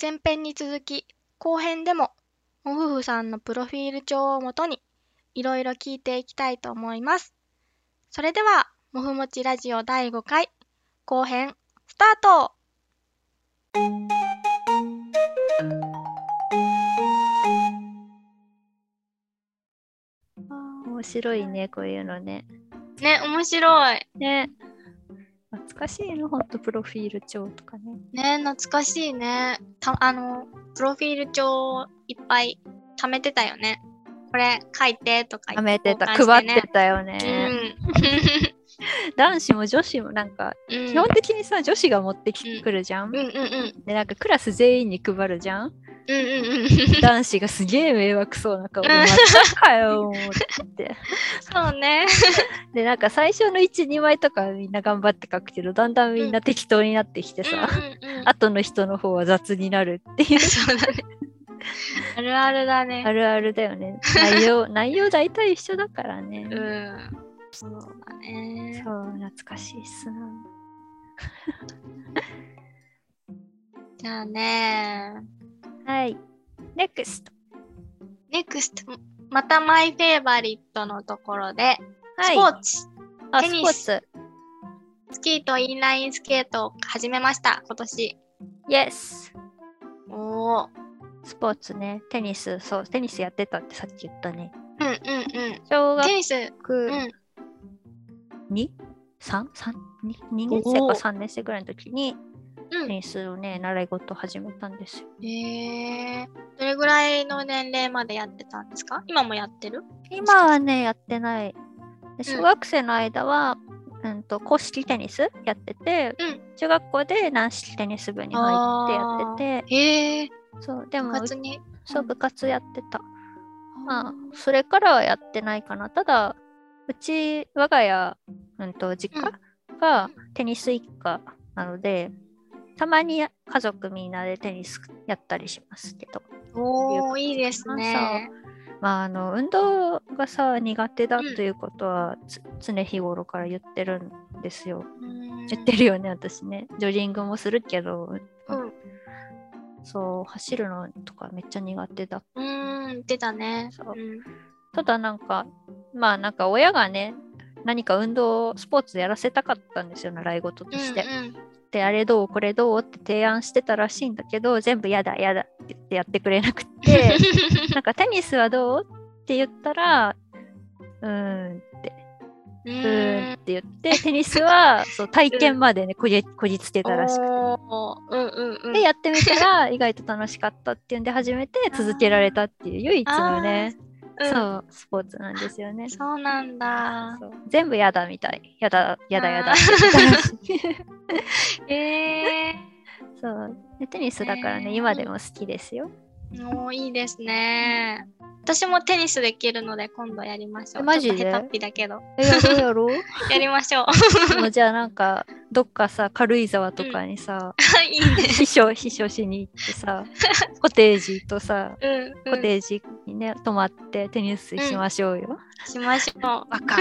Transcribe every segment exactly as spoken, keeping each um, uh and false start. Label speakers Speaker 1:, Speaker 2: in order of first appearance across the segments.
Speaker 1: 前編に続き、後編でも、もふふさんのプロフィール帳をもとに、いろいろ聞いていきたいと思います。それでは、もふもちラジオだいごかい、後編、スタート。
Speaker 2: 面白いね、こういうのね。
Speaker 1: ね、面白い。
Speaker 2: ね。懐かしいの、ほんとプロフィール帳とかね。
Speaker 1: ね、懐かしいね。たあの、プロフィール帳いっぱい貯めてたよね。これ書いてとか
Speaker 2: 貯
Speaker 1: 言って
Speaker 2: めてた、
Speaker 1: 交換してね、
Speaker 2: 配ってたよね。
Speaker 1: うん、
Speaker 2: 男子も女子もなんか、
Speaker 1: うん、
Speaker 2: 基本的にさ、女子が持ってきてくるじゃん。
Speaker 1: うんうんうん
Speaker 2: で、なんかクラス全員に配るじゃん。
Speaker 1: うんうんうん。
Speaker 2: 男子がすげえ迷惑そうな顔で、またかよって。
Speaker 1: そうね。
Speaker 2: で、なんか最初のいち、にまいとかみんな頑張って書くけど、だんだんみんな適当になってきてさ、
Speaker 1: うんうんうん、
Speaker 2: 後の人の方は雑になるっていう。
Speaker 1: そうだね。あるあるだね。
Speaker 2: あるあるだよね。内容、内容大体一緒だからね。
Speaker 1: うん。そうだね。
Speaker 2: そう、懐かしいっすな。
Speaker 1: じゃあね。
Speaker 2: はい。ネクスト。
Speaker 1: ネクスト。またマイフェイバリットのところで、
Speaker 2: はい、
Speaker 1: スポーツ。
Speaker 2: あ、
Speaker 1: テニス
Speaker 2: スポーツ。
Speaker 1: スキーとインラインスケートを始めました、今年。
Speaker 2: イエス。
Speaker 1: おー。
Speaker 2: スポーツね。テニス、そう、テニスやってたってさっき言ったね。
Speaker 1: うんうんうん。
Speaker 2: 小学
Speaker 1: テニス、うん。
Speaker 2: に、さん、さん、に、にねん生かさんねん生ぐらいの時に、
Speaker 1: うん、
Speaker 2: テニスをね、習い事始めたんですよ。
Speaker 1: へえー。どれぐらいの年齢までやってたんですか？今もやってる？
Speaker 2: 今はね、やってない。小学生の間は、うん、と硬式テニスやってて、
Speaker 1: うん、
Speaker 2: 中学校で軟式テニス部に入ってやってて、
Speaker 1: へえ。
Speaker 2: そう、でも、
Speaker 1: 部活に、
Speaker 2: そう、部活やってた。
Speaker 1: うん、
Speaker 2: まあ、それからはやってないかな。ただ、うち、我が家、うんと、実家がテニス一家なので、たまに家族みんなでテニスやったりしますけど。
Speaker 1: おー、いいですね。
Speaker 2: まあ、あの、運動がさ、苦手だということは、うん、常日頃から言ってるんですよ。言ってるよね、私ね。ジョギングもするけど、うん、そう、走るのとかめっちゃ苦手だ。
Speaker 1: うーん、言ってたね。
Speaker 2: そう、うん、ただなんか、まあなんか親がね、何か運動、スポーツやらせたかったんですよ、習い事として。うんうん、で、あれどうこれどうって提案してたらしいんだけど、全部やだやだって言ってやってくれなくて、なんかテニスはどうって言ったら、うーんって、うーんって言って、テニスはそう体験までね、こじ、こじつけたらしくて。
Speaker 1: うんうんうん、
Speaker 2: で、やってみたら意外と楽しかったっていうんで始めて続けられたっていう唯一のね、うん、そう、スポーツなんですよね。
Speaker 1: そうなんだ。
Speaker 2: 全部やだみたい。やだ、やだ、やだって言ったらしい。
Speaker 1: え
Speaker 2: ー、そうで。テニスだからね、えー、今でも好きですよ。
Speaker 1: おー、いいですね。私もテニスできるので今度やりましょう。
Speaker 2: マジで？
Speaker 1: ちょっと下手っぴだけど。
Speaker 2: え、やろうやろう
Speaker 1: やりましょう。
Speaker 2: もうじゃあなんか、どっかさ、軽井沢とかにさ、
Speaker 1: うん、いいね。
Speaker 2: 秘書、秘書しに行ってさ、コテージとさ、
Speaker 1: うんうん、
Speaker 2: コテージにね、泊まってテニスしましょうよ。
Speaker 1: うん、しましょう。
Speaker 2: バカ。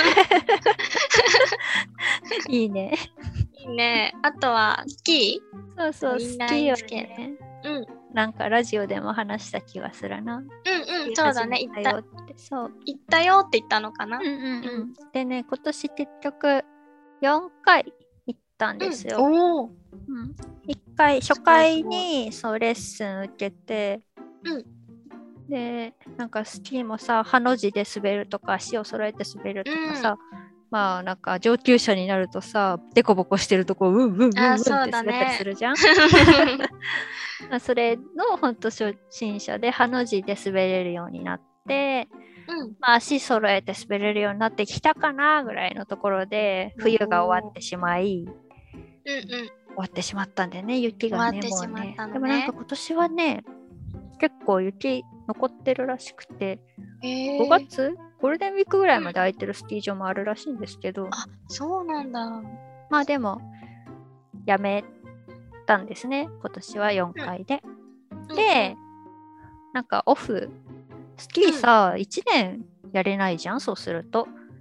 Speaker 2: いいね。
Speaker 1: いいね。あとは、スキ
Speaker 2: ーそうそう、スキーはね。うん。なんかラジオでも話した気がするな。
Speaker 1: うんうん、そうだね。
Speaker 2: 行ったよって。そう。
Speaker 1: 行ったよって言ったのかな。
Speaker 2: うんうんうん。うん、でね、今年結局よんかい行ったんですよ。
Speaker 1: うん、おー。
Speaker 2: うん、いっかい、初回にそうレッスン受けて、
Speaker 1: うん、
Speaker 2: で、なんかスキーもさ、ハの字で滑るとか、足を揃えて滑るとかさ、うん、まあなんか上級者になるとさ、デコボコしてるとこう、うんうんうんうんって滑ったりするじゃん。それの本当初心者で、ハの字で滑れるようになって、うんまあ、足揃えて滑れるようになってきたかなぐらいのところで、冬が終わってしまい、うんうん、終わってしまったんだよね、雪がね、もうね。でもなんか今年はね、結構雪残ってるらしくて、ごがつゴールデンウィークぐらいまで空いてるスキー場もあるらしいんですけど、うん、
Speaker 1: あ、そうなんだ。
Speaker 2: まあでもやめたんですね、今年はよんかいで、うん、で、なんかオフスキーさ、うん、いちねんやれないじゃん、そうすると。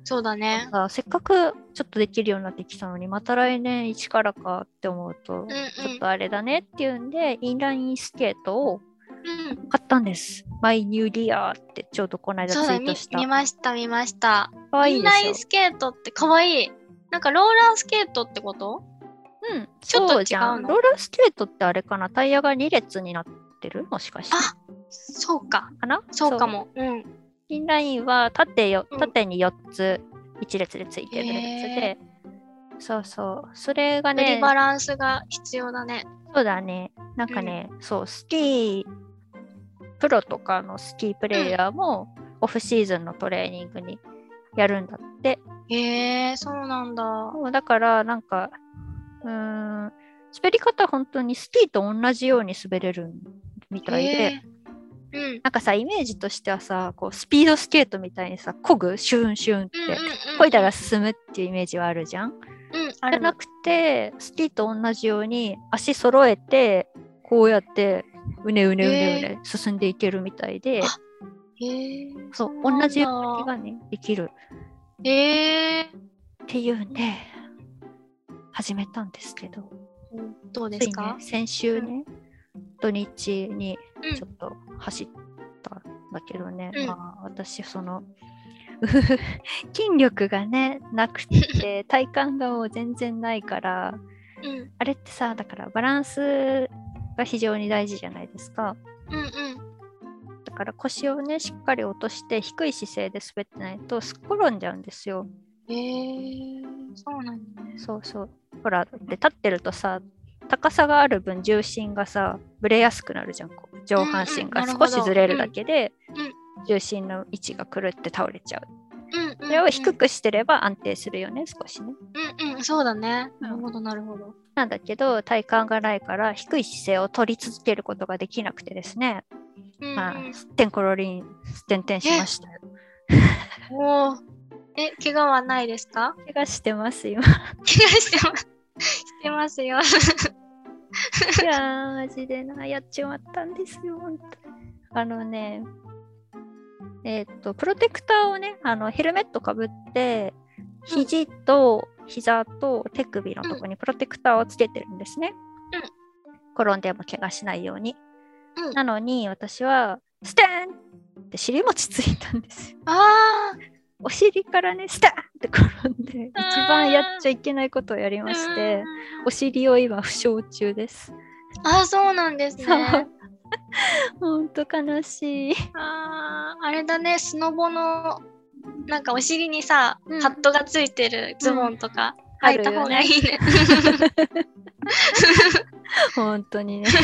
Speaker 1: そうだね。
Speaker 2: させっかくちょっとできるようになってきたのに、また来年一からかって思うと、
Speaker 1: うんうん、
Speaker 2: ちょっとあれだねっていうんで、インラインスケートを
Speaker 1: うん、
Speaker 2: 買ったんです。マイニューリアーってちょうどこの間ツイ
Speaker 1: そうだ、見
Speaker 2: ートした。
Speaker 1: 見ました、見ました。
Speaker 2: かわい
Speaker 1: イン
Speaker 2: いでしょ。
Speaker 1: ラインスケートってかわいい。なんかローラースケートってこと？
Speaker 2: うん、
Speaker 1: ちょっと違うの？
Speaker 2: そうじゃん。ローラースケートってあれかな、タイヤがに列になってるもしかして。
Speaker 1: あ、そうか。
Speaker 2: かな
Speaker 1: そうかも。うん。
Speaker 2: インラインは縦よ、
Speaker 1: うん
Speaker 2: 縦によっついち列でついてるやつで、そうそう。それが
Speaker 1: より
Speaker 2: ね、
Speaker 1: バランスが必要だね。
Speaker 2: そうだね。なんかね、そう、スキー、プロとかのスキープレイヤーも、オフシーズンのトレーニングにやるんだって。
Speaker 1: へえー、そうなんだ。
Speaker 2: そうだから、なんか、うーん、滑り方本当にスキーと同じように滑れるみたいで、
Speaker 1: うん、
Speaker 2: なんかさ、イメージとしてはさ、こうスピードスケートみたいにさ、漕ぐ、シュンシュンって、漕いだら進むっていうイメージはあるじゃん。
Speaker 1: うん、ある。
Speaker 2: じゃなくて、スキーと同じように足揃えて、こうやってうねうねうねうね進んでいけるみたいで、
Speaker 1: へえ。
Speaker 2: そう、同じ動きがね、できる。
Speaker 1: へえ。
Speaker 2: っていうんで、始めたんですけど、
Speaker 1: どうですか？
Speaker 2: ついね、先週ね、うん、土日にちょっと走ったんだけどね、
Speaker 1: うん、
Speaker 2: まあ私その筋力がねなくて体幹がもう全然ないから、
Speaker 1: うん、
Speaker 2: あれってさ、だからバランスが非常に大事じゃないですか。
Speaker 1: うんうん。
Speaker 2: だから腰をねしっかり落として低い姿勢で滑ってないとすっ転んじゃうんですよ。
Speaker 1: へえ、そうなんだね。
Speaker 2: そうそう。ほら、で立ってるとさ、高さがある分重心がさ、ぶれやすくなるじゃん。こう上半身が少しずれるだけで、
Speaker 1: うんうん、
Speaker 2: 重心の位置が狂って倒れちゃう。
Speaker 1: うんうんうん、
Speaker 2: それを低くしてれば安定するよね、少しね。
Speaker 1: うんうん、そうだね。なるほど、なるほど。
Speaker 2: なんだけど、体幹がないから低い姿勢を取り続けることができなくてですね。うんうん、まあ、すってんころりん、すってんてんしましたよ。
Speaker 1: おー。え、怪我はないですか？
Speaker 2: 怪我してますよ。
Speaker 1: 怪我してます。してますよ。
Speaker 2: いやー、マジでな、やっちまったんですよ、本当に。あのね、えっと、プロテクターをね、あのヘルメットかぶって、肘と膝と手首のところにプロテクターをつけてるんですね。うん、転んでも怪我しないように。うん、なのに、私は、ステーンって尻餅ついたんですよ。
Speaker 1: あー。
Speaker 2: お尻からね、スターンって転んで、一番やっちゃいけないことをやりまして、お尻を今、負傷中です。
Speaker 1: あ、そうなんですね。
Speaker 2: ほんと悲しい。
Speaker 1: あー、あれだね、スノボの、なんかお尻にさ、うん、ハットがついてるズボンとか、うん、履いた方がいいね。
Speaker 2: ほんとにね。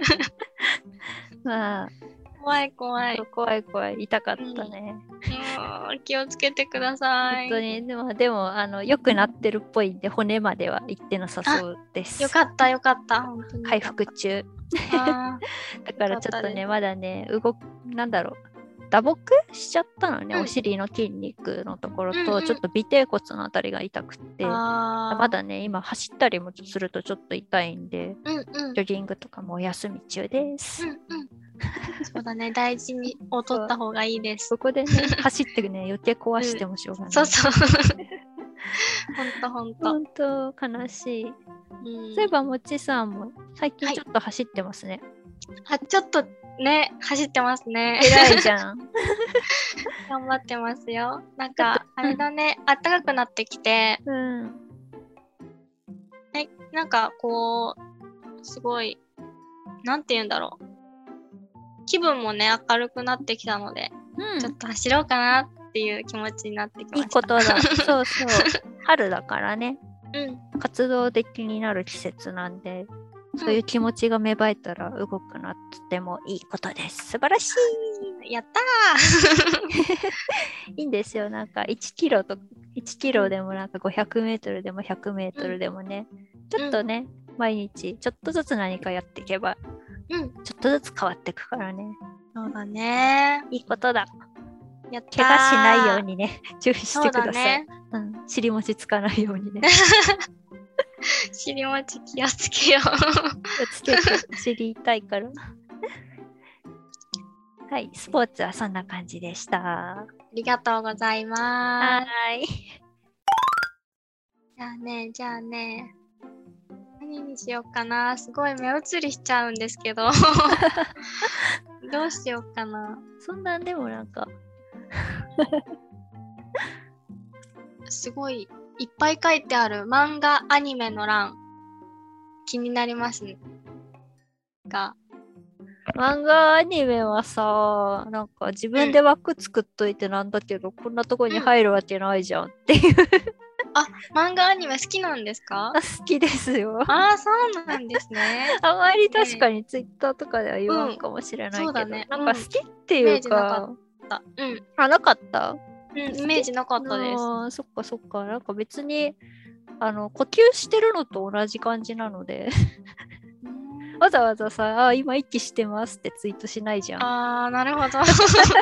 Speaker 2: まあ、
Speaker 1: 怖い怖い。
Speaker 2: 怖い怖い。痛かったね。
Speaker 1: うん、気をつけてください。
Speaker 2: 本当に。でも、でもあの良くなってるっぽいんで、骨まではいってなさそうです。
Speaker 1: よかった、よかった。本当に
Speaker 2: 回復中。だからちょっとね、まだね、動く、なんだろう。打撲しちゃったのね、うん、お尻の筋肉のところと、うんうん、ちょっと尾てい骨のあたりが痛くて、まだね、今走ったりもするとちょっと痛いんで、うんうん、ジョギングとかもお休み中です。うんうん、
Speaker 1: そうだね、大事にを取った方がいいです。
Speaker 2: ここでね、走ってね、余計壊してもしょうがない。うん、
Speaker 1: そうそう。ほんとほんと。
Speaker 2: ほんと悲しい。うん、そういえば、もちさんも最近ちょっと走ってますね。
Speaker 1: はい、あ、ちょっとね、走ってますね。
Speaker 2: 偉いじゃん。
Speaker 1: 頑張ってますよ。なんか、あれだね、暖かくなってきて、うん、え、なんかこう、すごい、なんて言うんだろう。気分もね、明るくなってきたので、うん、ちょっと走ろうかなっていう気持ちになってきました。
Speaker 2: いいことだ。そうそう。春だからね、うん、活動的になる季節なんで、そういう気持ちが芽生えたら動くのはとてもいいことです。素晴らし
Speaker 1: い。やった
Speaker 2: ーいいんですよ。なんかいちキロといちキロでもなんかごひゃくメートルでもひゃくメートルでもね、うん、ちょっとね、うん、毎日ちょっとずつ何かやっていけば、うん、ちょっとずつ変わっていくからね。
Speaker 1: そうだね。
Speaker 2: いいことだ。
Speaker 1: やったー。
Speaker 2: 怪我しないようにね、注意してください。ね、うん、尻餅つかないようにね。
Speaker 1: 尻餅気をつけよう。
Speaker 2: 気をつけて、尻痛いから。 はい、スポーツはそんな感じでした。あ
Speaker 1: りがとうございます。
Speaker 2: はい。
Speaker 1: じゃあね、じゃあね、何にしようかな。すごい目移りしちゃうんですけど。どうしようかな。
Speaker 2: そんなんでもなんか。
Speaker 1: すごいいっぱい書いてある漫画アニメの欄気になりますね。が
Speaker 2: 漫画アニメはさ、なんか自分で枠作っといてなんだけど、うん、こんなとこに入るわけないじゃんっていう、うん、
Speaker 1: あ、漫画アニメ好きなんですか？
Speaker 2: 好きですよ。
Speaker 1: ああ、そうなんですね。
Speaker 2: あまり確かにツイッターとかでは言わんかもしれないけど、うん、そうだね、なんか好きっていうか、イメージなかった。うん。あ、なかった？
Speaker 1: うん、イメージなかったです。
Speaker 2: ああ、そっかそっか。なんか別に、あの、呼吸してるのと同じ感じなので。わざわざさ、あ、今息してますってツイートしないじゃん。
Speaker 1: ああ、なるほど。そ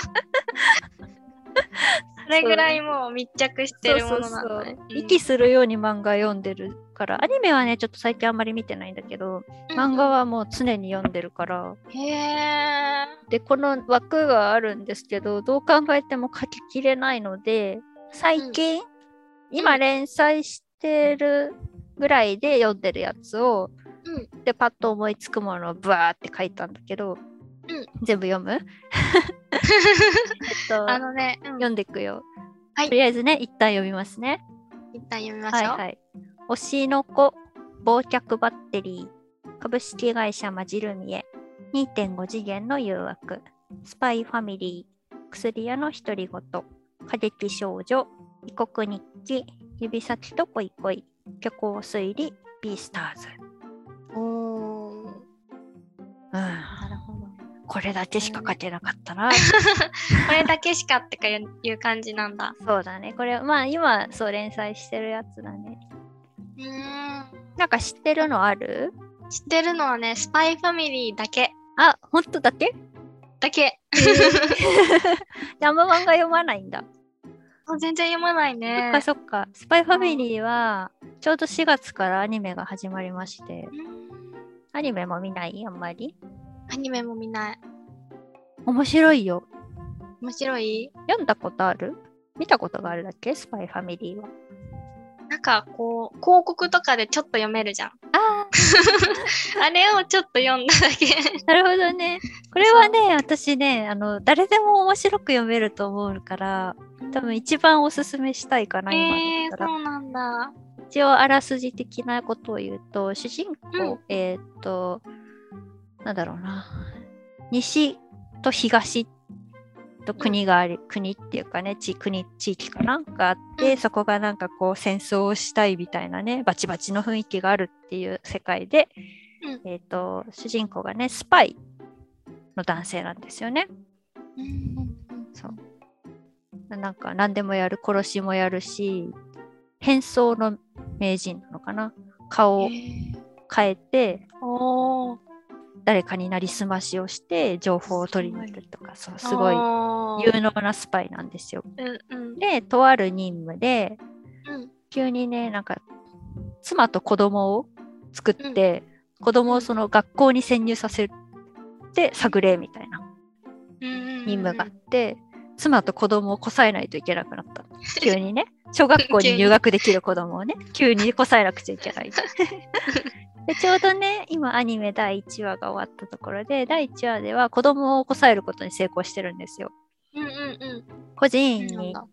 Speaker 1: れぐらいもう密着してるものなのね。
Speaker 2: 息するように漫画読んでるから、アニメはね、ちょっと最近あんまり見てないんだけど、うんうん、漫画はもう常に読んでるから。
Speaker 1: へー。
Speaker 2: で、この枠があるんですけど、どう考えても書ききれないので、最近、うん、今連載してるぐらいで読んでるやつを、うん、でパッと思いつくものをブワーって書いたんだけど、うん、全部読むえっとあのね、うん、読んでいくよ、はい、とりあえずね一旦読みますね。
Speaker 1: 一旦読みましょう。はいはい。
Speaker 2: 推しの子忘却バッテリー株式会社マジルミエ にてんご 次元の誘惑スパイファミリー薬屋の独り言過激少女異国日記指先と恋恋虚構推理ビースターズ。
Speaker 1: おー、うん、
Speaker 2: なるほど。これだけしか書けなかったな。
Speaker 1: これだけしかってかいう感じなんだ。
Speaker 2: そうだね。これまあ今そう連載してるやつだね。
Speaker 1: うーん。
Speaker 2: なんか知ってるのある？
Speaker 1: 知ってるのはね、スパイファミリーだけ。
Speaker 2: あ、ほんとだけ？
Speaker 1: だけ。
Speaker 2: あんま漫画読まないんだ。
Speaker 1: 全然読まないね。
Speaker 2: そっかそっか。スパイファミリーはちょうどしがつからアニメが始まりまして。アニメも見ない？あんまり？
Speaker 1: アニメも見ない。
Speaker 2: 面白いよ。
Speaker 1: 面白い？
Speaker 2: 読んだことある？見たことがあるだっけ？スパイファミリーは。
Speaker 1: なんかこう広告とかでちょっと読めるじゃん。
Speaker 2: あ
Speaker 1: あれをちょっと読んだだけ。
Speaker 2: なるほどね。これはね、私ね、あの誰でも面白く読めると思うから、多分一番おすすめしたいかな、今だったら。
Speaker 1: えー、そうなんだ。
Speaker 2: 一応あらすじ的なことを言うと、主人公、うん、えー、っとなんだろうな、西と東と国があり、うん、国っていうかね、地国地域かながあって、うん、そこがなんかこう戦争をしたいみたいなね、バチバチの雰囲気があるっていう世界で、うん、えー、と主人公がねスパイの男性なんですよね。うん、そうなんか何でもやる、殺しもやるし、変装の名人なのかな、顔を変えて誰かになりすましをして情報を取りに行くとか、そうすごい有能なスパイなんですよ。うんうん、でとある任務で、うん、急にねなんか妻と子供を作って、うん、子供をその学校に潜入させて探れみたいな任務があって、妻と子供をこさえないといけなくなった。急にね小学校に入学できる子供をね急にこさえなくちゃいけない。でちょうどね今アニメだいいちわが終わったところで、だいいちわでは子供をこさえることに成功してるんですよ。うんうんうん、個人に行って、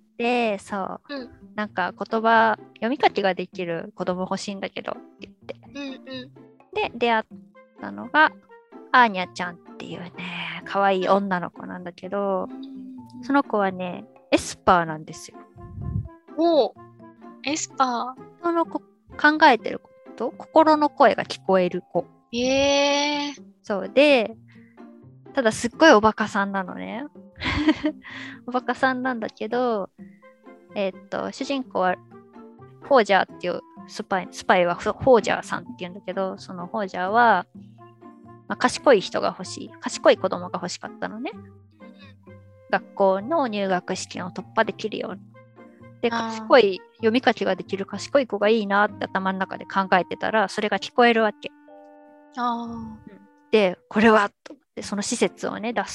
Speaker 2: そう、うん、なんか言葉読み書きができる子供欲しいんだけどって言って、うんうん、で出会ったのがアーニャちゃんっていうね可愛い女の子なんだけど、うん、その子はねエスパーなんですよ。
Speaker 1: おー、エスパー。
Speaker 2: その子考えてること心の声が聞こえる子。
Speaker 1: へー。
Speaker 2: そうで、ただすっごいおバカさんなのね。おバカさんなんだけど、えー、っと主人公はホージャーっていうスパイ、スパイはホージャーさんっていうんだけど、そのホージャーは、まあ、賢い人が欲しい、賢い子供が欲しかったのね。学校の入学試験を突破できるように。で、賢い、読み書きができる賢い子がいいなって頭の中で考えてたら、それが聞こえるわけ。あ、で、これはと思ってその施設をね出す。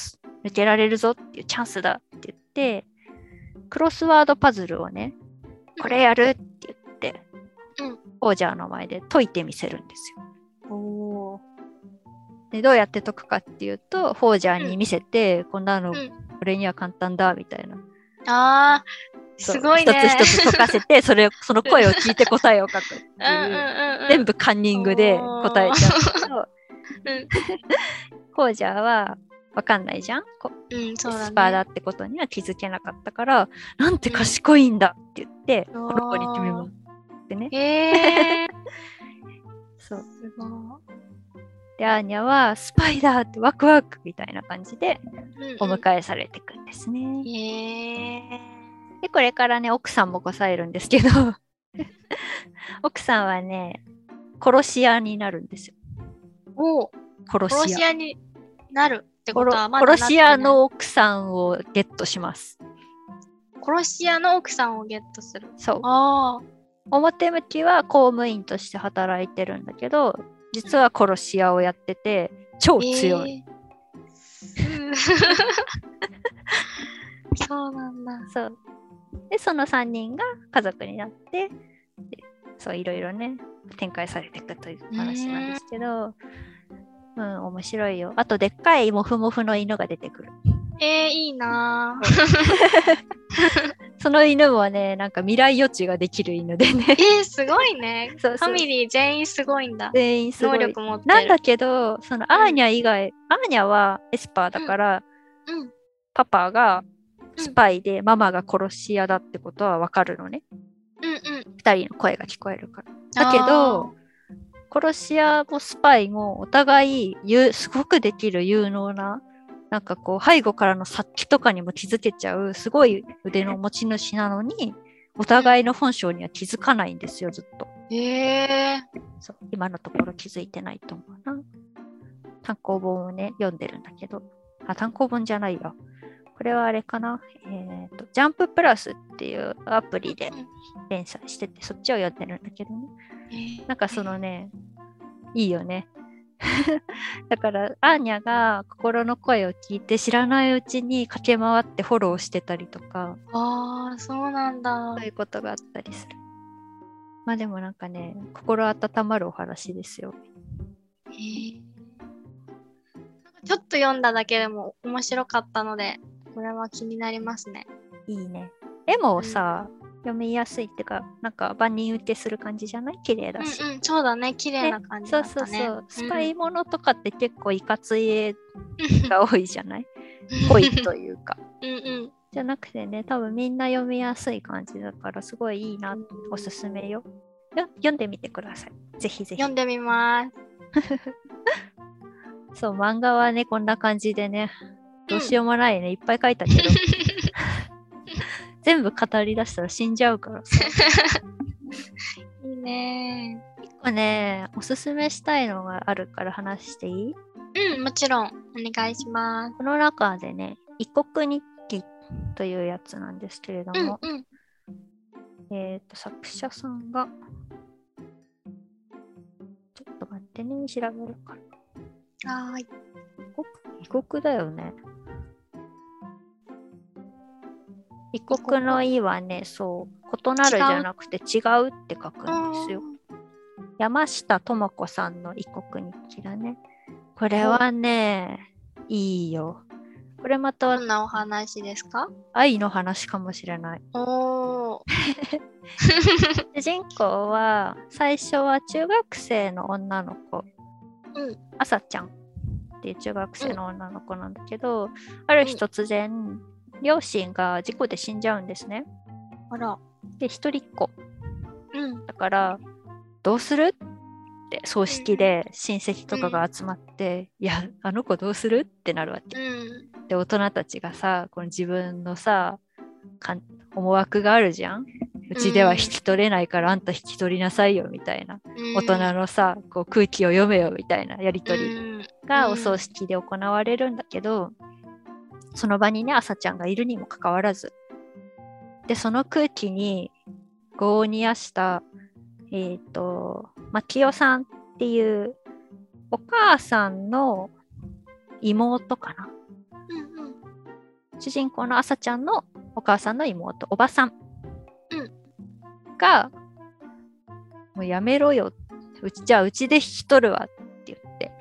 Speaker 2: 抜けられるぞっていうチャンスだって言って、クロスワードパズルをね、これやるって言って、
Speaker 1: うん、
Speaker 2: 王者の前で解いてみせるんですよ。
Speaker 1: お
Speaker 2: でどうやって解くかっていうと、フォージャーに見せて、うん、こんなの、
Speaker 1: うん、
Speaker 2: 俺には簡単だみたいな。
Speaker 1: あー、すごいね。
Speaker 2: 一つ一つ解かせて、それその声を聞いて答えを書くっていう、うんうんうん、全部カンニングで答えちゃうんだけど、うん、フォージャーは分かんないじゃん、うんそうだね、スパーだってことには気づけなかったから、なんて賢いんだって言って、うん、この子に決めますってね。へーそうすごい。で、アーニャはスパイだってワクワクみたいな感じでお迎えされていくんですね。うんうん、へーで、これからね、奥さんもこさえるんですけど、奥さんはね、殺し屋になるんですよ。
Speaker 1: お殺し屋。殺し屋になるってことはまだ
Speaker 2: 殺し屋の奥さんをゲットします。
Speaker 1: 殺し屋の奥さんをゲットする。
Speaker 2: そう。あ表向きは公務員として働いてるんだけど、実は殺し屋をやってて超強い。えー、
Speaker 1: そうなんだ。
Speaker 2: そう。で、そのさんにんが家族になって、そういろいろね展開されていくという話なんですけど、うん、面白いよ。あとでっかいモフモフの犬が出てくる。
Speaker 1: えー、いいな
Speaker 2: その犬もね、なんか未来予知ができる犬でね。
Speaker 1: えー、すごいね。そうそうファミリー全員すごいんだ。
Speaker 2: 全員すごい。
Speaker 1: 能力持ってる。
Speaker 2: なんだけど、そのアーニャ以外、うん、アーニャはエスパーだから、
Speaker 1: うんうん、
Speaker 2: パパがスパイで、うん、ママが殺し屋だってことはわかるのね。
Speaker 1: うんうん。
Speaker 2: 二人の声が聞こえるから。だけど、殺し屋もスパイもお互いすごくできる有能な、なんかこう背後からの殺気とかにも気づけちゃうすごい腕の持ち主なのに、お互いの本性には気づかないんですよ、ずっと。
Speaker 1: へー。
Speaker 2: そう、今のところ気づいてないと思うな。単行本をね、読んでるんだけど。あ、単行本じゃないよ。これはあれかな。えっと、ジャンププラスっていうアプリで連載してて、そっちを読んでるんだけどね。なんかそのね、いいよね。だからアーニャが心の声を聞いて知らないうちに駆け回ってフォローしてたりとか、
Speaker 1: ああそうなんだ、
Speaker 2: そういうことがあったりする。まあでもなんかね、心温まるお話ですよ。
Speaker 1: へー、ちょっと読んだだけでも面白かったので、これは気になりますね。
Speaker 2: いいね。絵もさ、うん、読みやすいっていうか、なんか万人受けする感じじゃない？綺麗だし。
Speaker 1: うんうん、そうだね、綺麗な感じだったね。
Speaker 2: そうそうそう。スパイものとかって結構いかつい絵が多いじゃない？濃いというか。
Speaker 1: うんうん。
Speaker 2: じゃなくてね、多分みんな読みやすい感じだからすごいいいな、おすすめよ。よ読んでみてください。ぜひぜひ。
Speaker 1: 読んでみます。
Speaker 2: そう、漫画はね、こんな感じでね、どうしようもないね、うん、いっぱい書いたけど。全部語り出したら死んじゃうからさ。
Speaker 1: いいね。
Speaker 2: 一個ね、おすすめしたいのがあるから話していい？
Speaker 1: うん、もちろん。お願いします。
Speaker 2: この中でね、異国日記というやつなんですけれども、
Speaker 1: うんうん、
Speaker 2: えっと、作者さんが、ちょっと待ってね、調べるから。
Speaker 1: はーい。
Speaker 2: 異国、異国だよね。異国の意はね、そう、異なるじゃなくて違うって書くんですよ。山下智子さんの異国日記だね。これはね、いいよ。これまた
Speaker 1: どんなお話ですか？
Speaker 2: 愛の話かもしれない。
Speaker 1: おー。
Speaker 2: 主人公は最初は中学生の女の子、
Speaker 1: うん、
Speaker 2: あさちゃんっていう中学生の女の子なんだけど、うん、ある日突然、うん両親が事故で死んじゃうんですね。
Speaker 1: あら。
Speaker 2: で、一人っ子。
Speaker 1: うん。
Speaker 2: だから、どうするって葬式で親戚とかが集まって、うん、いや、あの子どうするってなるわけ。
Speaker 1: うん、
Speaker 2: で、大人たちがさ、この自分のさ、かん思惑があるじゃん。うちでは引き取れないから、うん、あんた引き取りなさいよみたいな。うん、大人のさ、こう空気を読めよみたいなやりとりがお葬式で行われるんだけど、その場にね、朝ちゃんがいるにもかかわらず。で、その空気に業を煮やした、えっと、牧代さんっていうお母さんの妹かな、
Speaker 1: うんうん、
Speaker 2: 主人公の朝ちゃんのお母さんの妹、おばさん
Speaker 1: うん
Speaker 2: が、もうやめろよ、うちじゃあうちで引き取るわって言って、
Speaker 1: うん。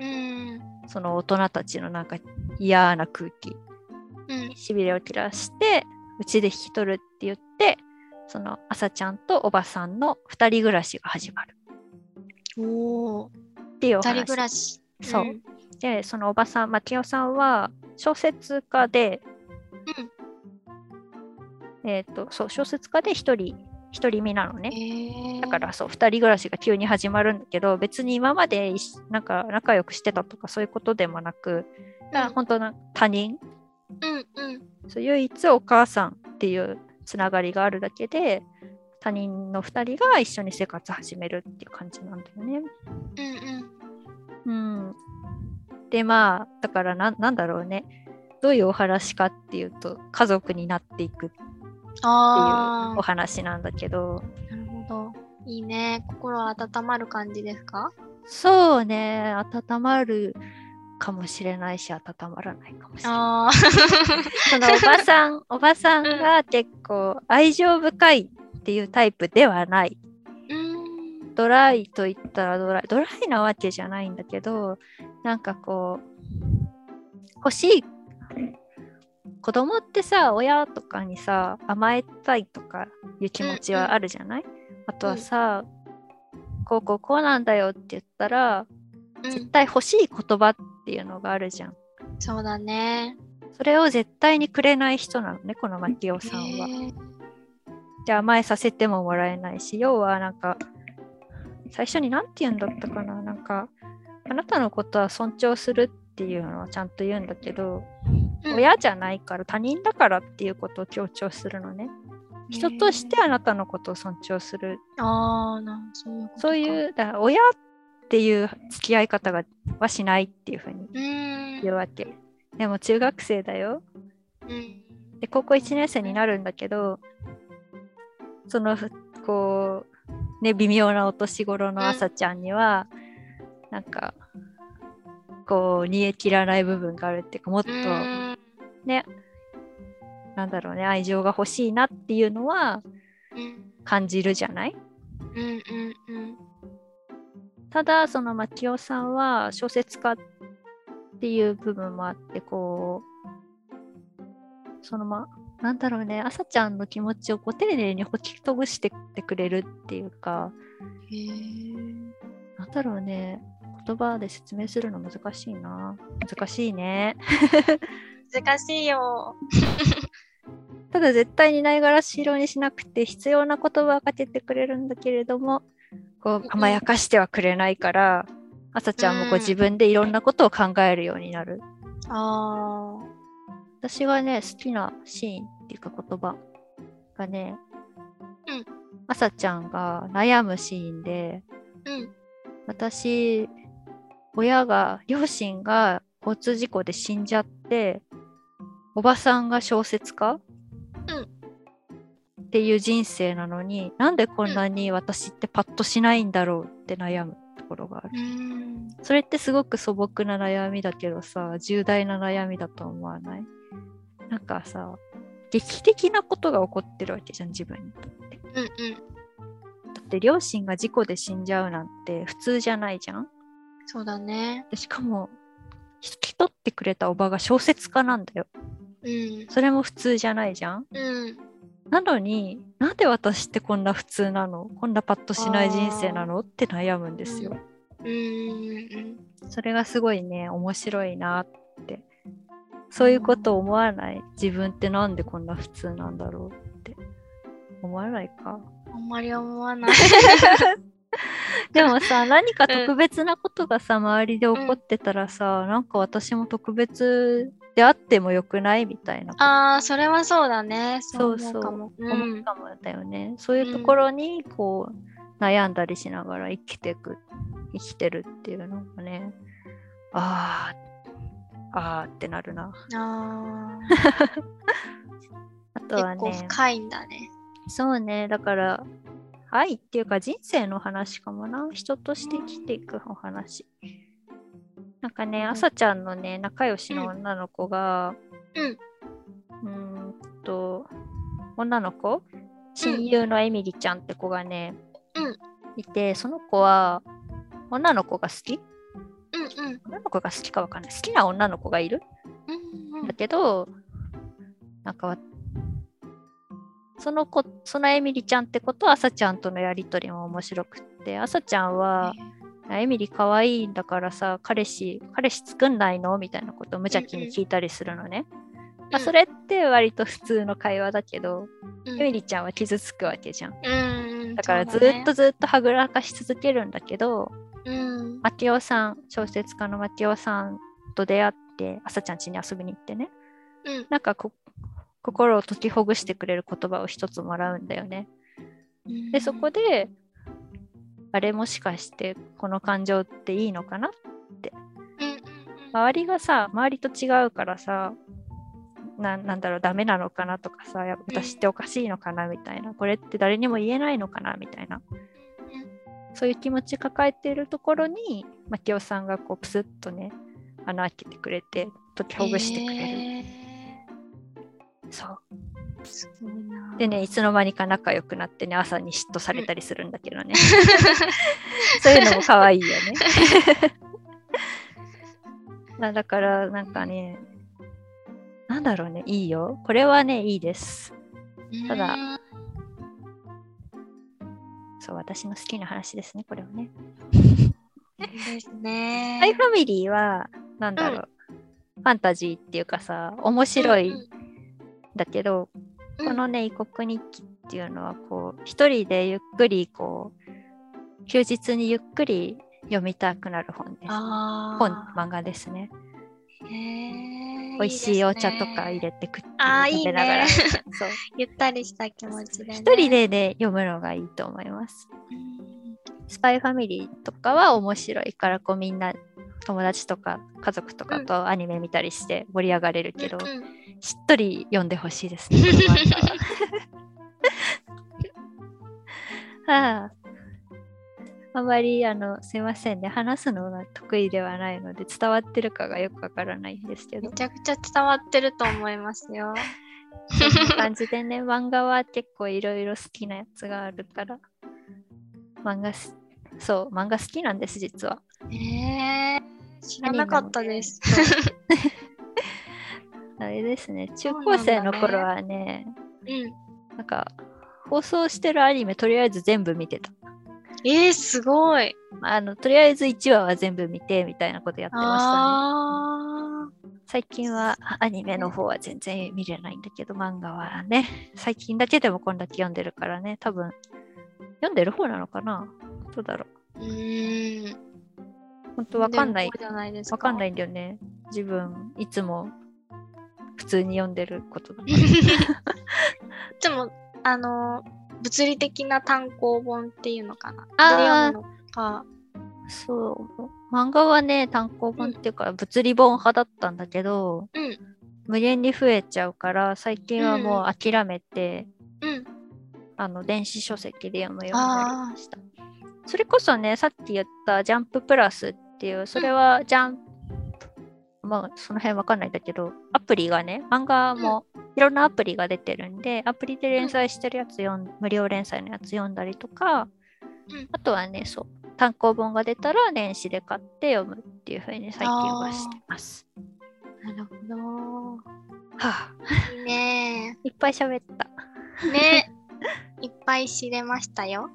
Speaker 2: その大人たちのなんか嫌な空気
Speaker 1: うん。
Speaker 2: しびれを切らしてうちで引き取るって言って、その朝ちゃんとおばさんの二人暮らしが始まる
Speaker 1: おー。
Speaker 2: っていうお
Speaker 1: 二人
Speaker 2: 話。
Speaker 1: 暮らし。
Speaker 2: そう、
Speaker 1: ん
Speaker 2: でそのおばさん、牧雄さんは小説家で、えっ、とそう小説家で一人一人身なのね。
Speaker 1: えー、
Speaker 2: だからそう二人暮らしが急に始まるんだけど、別に今までいしなんか仲良くしてたとかそういうことでもなく、
Speaker 1: うん
Speaker 2: 本当な他人、
Speaker 1: うんうん
Speaker 2: そう唯一お母さんっていうつながりがあるだけで、他人のふたりが一緒に生活始めるっていう感じなんだよね。
Speaker 1: うん
Speaker 2: うん。でまあだからな、なんだろうね、どういうお話かっていうと、家族になっていくっていう
Speaker 1: あ
Speaker 2: お話なんだけど。
Speaker 1: ー、なるほど。いいね。心温まる感じですか？
Speaker 2: そうね、温まるかもしれないし温まらないかもしれない。
Speaker 1: あー
Speaker 2: そのおばさんおばさんが結構愛情深いっていうタイプではない。
Speaker 1: うーん。
Speaker 2: ドライと言ったらドライドライなわけじゃないんだけど、なんかこう欲しい、子供ってさ、親とかにさ甘えたいとかいう気持ちはあるじゃない、うんうん、あとはさ、うん、こうこうこうなんだよって言ったら、うん、絶対欲しい言葉っていうのがあるじゃん。
Speaker 1: そうだね。
Speaker 2: それを絶対にくれない人なのね、この牧雄さんは。で甘えさせてももらえないし、要はなんか最初に何て言うんだったかな、なんかあなたのことは尊重するっていうのをちゃんと言うんだけど、うん、親じゃないから他人だからっていうことを強調するのね。人としてあなたのことを尊重する。
Speaker 1: あーな、そういうことか。
Speaker 2: そういうだから親っていう付き合い方がはしないっていうふうに言うわけ。でも中学生だよ。うん、で高校いちねん生になるんだけど、そのこうね微妙なお年頃の朝ちゃんには、うん、なんかこう煮え切らない部分があるっていうか、もっとね、なんだろうね、愛情が欲しいなっていうのは感じるじゃない？うんうんうん、ただその牧雄さんは小説家っていう部分もあって、こうそのまなんだろうね、朝ちゃんの気持ちをこう丁寧にほきとぐしてってくれるっていうか、へー、なんだろうね、言葉で説明するの難しいな。難しいね。
Speaker 1: 難しいよ。
Speaker 2: ただ絶対にないがらし色にしなくて、必要な言葉をかけてくれるんだけれども、こう甘やかしてはくれないから、うん、朝ちゃんもこう自分でいろんなことを考えるようになる。うん、あ私がね好きなシーンっていうか言葉がね、うん、朝ちゃんが悩むシーンで、うん、私親が両親が交通事故で死んじゃって、おばさんが小説家、うん、っていう人生なのに、なんでこんなに私ってパッとしないんだろうって悩むところがある。うん、それってすごく素朴な悩みだけどさ、重大な悩みだと思わない？なんかさ、劇的なことが起こってるわけじゃん、自分にとって。うんうん、だって両親が事故で死んじゃうなんて普通じゃないじゃん。そうだね。しかも引き取ってくれたおばが小説家なんだよ。うん、それも普通じゃないじゃん。うん、なのになんで私ってこんな普通なの、こんなパッとしない人生なのって悩むんですよ。うんうんうん、それがすごいね面白いなって。そういうこと思わない？自分ってなんでこんな普通なんだろうって思わないか？
Speaker 1: あんまり思わない
Speaker 2: でもさ、何か特別なことがさ、うん、周りで起こってたらさ、うん、なんか私も特別であってもよくないみたいな。
Speaker 1: ああ、それはそうだね。そう思うかも。
Speaker 2: そうそう、うん、思うかもだよね。そういうところにこう、悩んだりしながら生きていく、生きてるっていうのがね、あああーってなるな。ああとはね、
Speaker 1: 結構深いんだね。
Speaker 2: そうね、だから愛っていうか人生の話かもな。人として生きていくお話。なんかね、朝ちゃんのね仲良しの女の子が、うん、う女の子、親友のエミリちゃんって子がね、
Speaker 1: うん、
Speaker 2: いて、その子は女の子が好き、
Speaker 1: うんうん、
Speaker 2: 女の子が好きかわかんない。好きな女の子がいる、
Speaker 1: うんうん、
Speaker 2: だけど、なんかその子、そのエミリちゃんって子と朝ちゃんとのやりとりも面白くって、朝ちゃんは、エミリ可愛いんだからさ、彼氏、彼氏作んないのみたいなことを無邪気に聞いたりするのね。
Speaker 1: うん、
Speaker 2: まあ、それって割と普通の会話だけど、
Speaker 1: うん、
Speaker 2: エミリちゃんは傷つくわけじゃん。
Speaker 1: うん、
Speaker 2: だからずっとずっとはぐらかし続けるんだけど、
Speaker 1: うん、
Speaker 2: マキオさん、小説家のマキオさんと出会って、朝ちゃん家に遊びに行ってね、
Speaker 1: うん、
Speaker 2: なんかこ心を解きほぐしてくれる言葉を一つもらうんだよね。で、そこで、あれもしかしてこの感情っていいのかなって。周りがさ、周りと違うからさ、な, なんだろう、ダメなのかなとかさ、私っておかしいのかなみたいな、これって誰にも言えないのかなみたいな、そういう気持ち抱えているところに、マキオさんがこうプスッとね、穴開けてくれて、解きほぐしてくれる。えー、そう。
Speaker 1: すごいな。
Speaker 2: でね、いつの間にか仲良くなってね、朝に嫉妬されたりするんだけどね。そういうのも可愛いよね。だから、なんかね、なんだろうね、いいよ。これはね、いいです。ただ、そう、私の好きな話ですね、これはね。
Speaker 1: いいですね。
Speaker 2: スパイファミリーは、なんだろう、うん、ファンタジーっていうかさ、面白いんだけど、うんうん、このね、異国日記っていうのは、こう、一人でゆっくり、こう、休日にゆっくり読みたくなる本です。本、漫画ですね。
Speaker 1: へ
Speaker 2: 美味しいお茶とか入れてくって
Speaker 1: 食べながら、いいね、そうゆったりした気持ちで、ね、
Speaker 2: 一人で、ね、読むのがいいと思います。スパイファミリーとかは面白いから、こうみんな友達とか家族とかとアニメ見たりして盛り上がれるけど、うんうん、しっとり読んでほしいですね、この漫画は。はあ、あまりあのすいませんね、話すのが得意ではないので伝わってるかがよくわからないんですけど、
Speaker 1: めちゃくちゃ伝わってると思いますよ。
Speaker 2: そんな感じでね、漫画は結構いろいろ好きなやつがあるから漫画そう漫画好きなんです実は。
Speaker 1: へー、知らなかったです。
Speaker 2: あれですね、中高生の頃はね、
Speaker 1: うん、
Speaker 2: なんか放送してるアニメとりあえず全部見てた。
Speaker 1: えー、すごい。
Speaker 2: あのとりあえずいちわは全部見てみたいなことやってましたね。最近はアニメの方は全然見れないんだけど、漫画はね、最近だけでもこんだけ読んでるからね、多分読んでる方なのかな、どうだろう。う
Speaker 1: ーん。
Speaker 2: 本当わかんない。
Speaker 1: わ
Speaker 2: かんないんだよね。自分いつも普通に読んでることだ。
Speaker 1: いつもあの物理的な単行本っていうのかな。
Speaker 2: あ
Speaker 1: あ読むのか。
Speaker 2: そう漫画はね単行本っていうか、うん、物理本派だったんだけど、
Speaker 1: うん、
Speaker 2: 無限に増えちゃうから最近はもう諦めて、
Speaker 1: うん、
Speaker 2: あの電子書籍で読むようになりました。それこそね、さっき言ったジャンププラスっていう、それはジャンプ、うん、まあその辺わかんないんだけど、アプリがね、漫画もいろんなアプリが出てるんで、アプリで連載してるやつ読ん、うん、無料連載のやつ読んだりとか、うん、あとはね、そう、単行本が出たら電子で買って読むっていう風に最近はしてます。
Speaker 1: なるほど。
Speaker 2: はあ、
Speaker 1: いいね。
Speaker 2: いっぱい喋った。
Speaker 1: ね。いっぱい知れましたよ。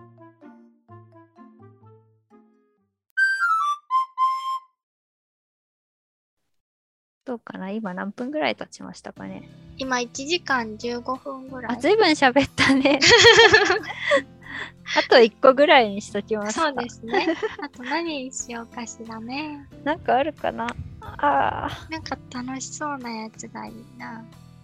Speaker 2: どうかな、今何分ぐらい経ちましたかね。
Speaker 1: 今いちじかんじゅうごふんぐらい。
Speaker 2: あ、ずいぶん喋ったね。あといっこぐらいにしときますか。
Speaker 1: そうですね。あと何にしようかしらね。
Speaker 2: なんかあるかな。ああ。
Speaker 1: なんか楽しそうなやつがいいな。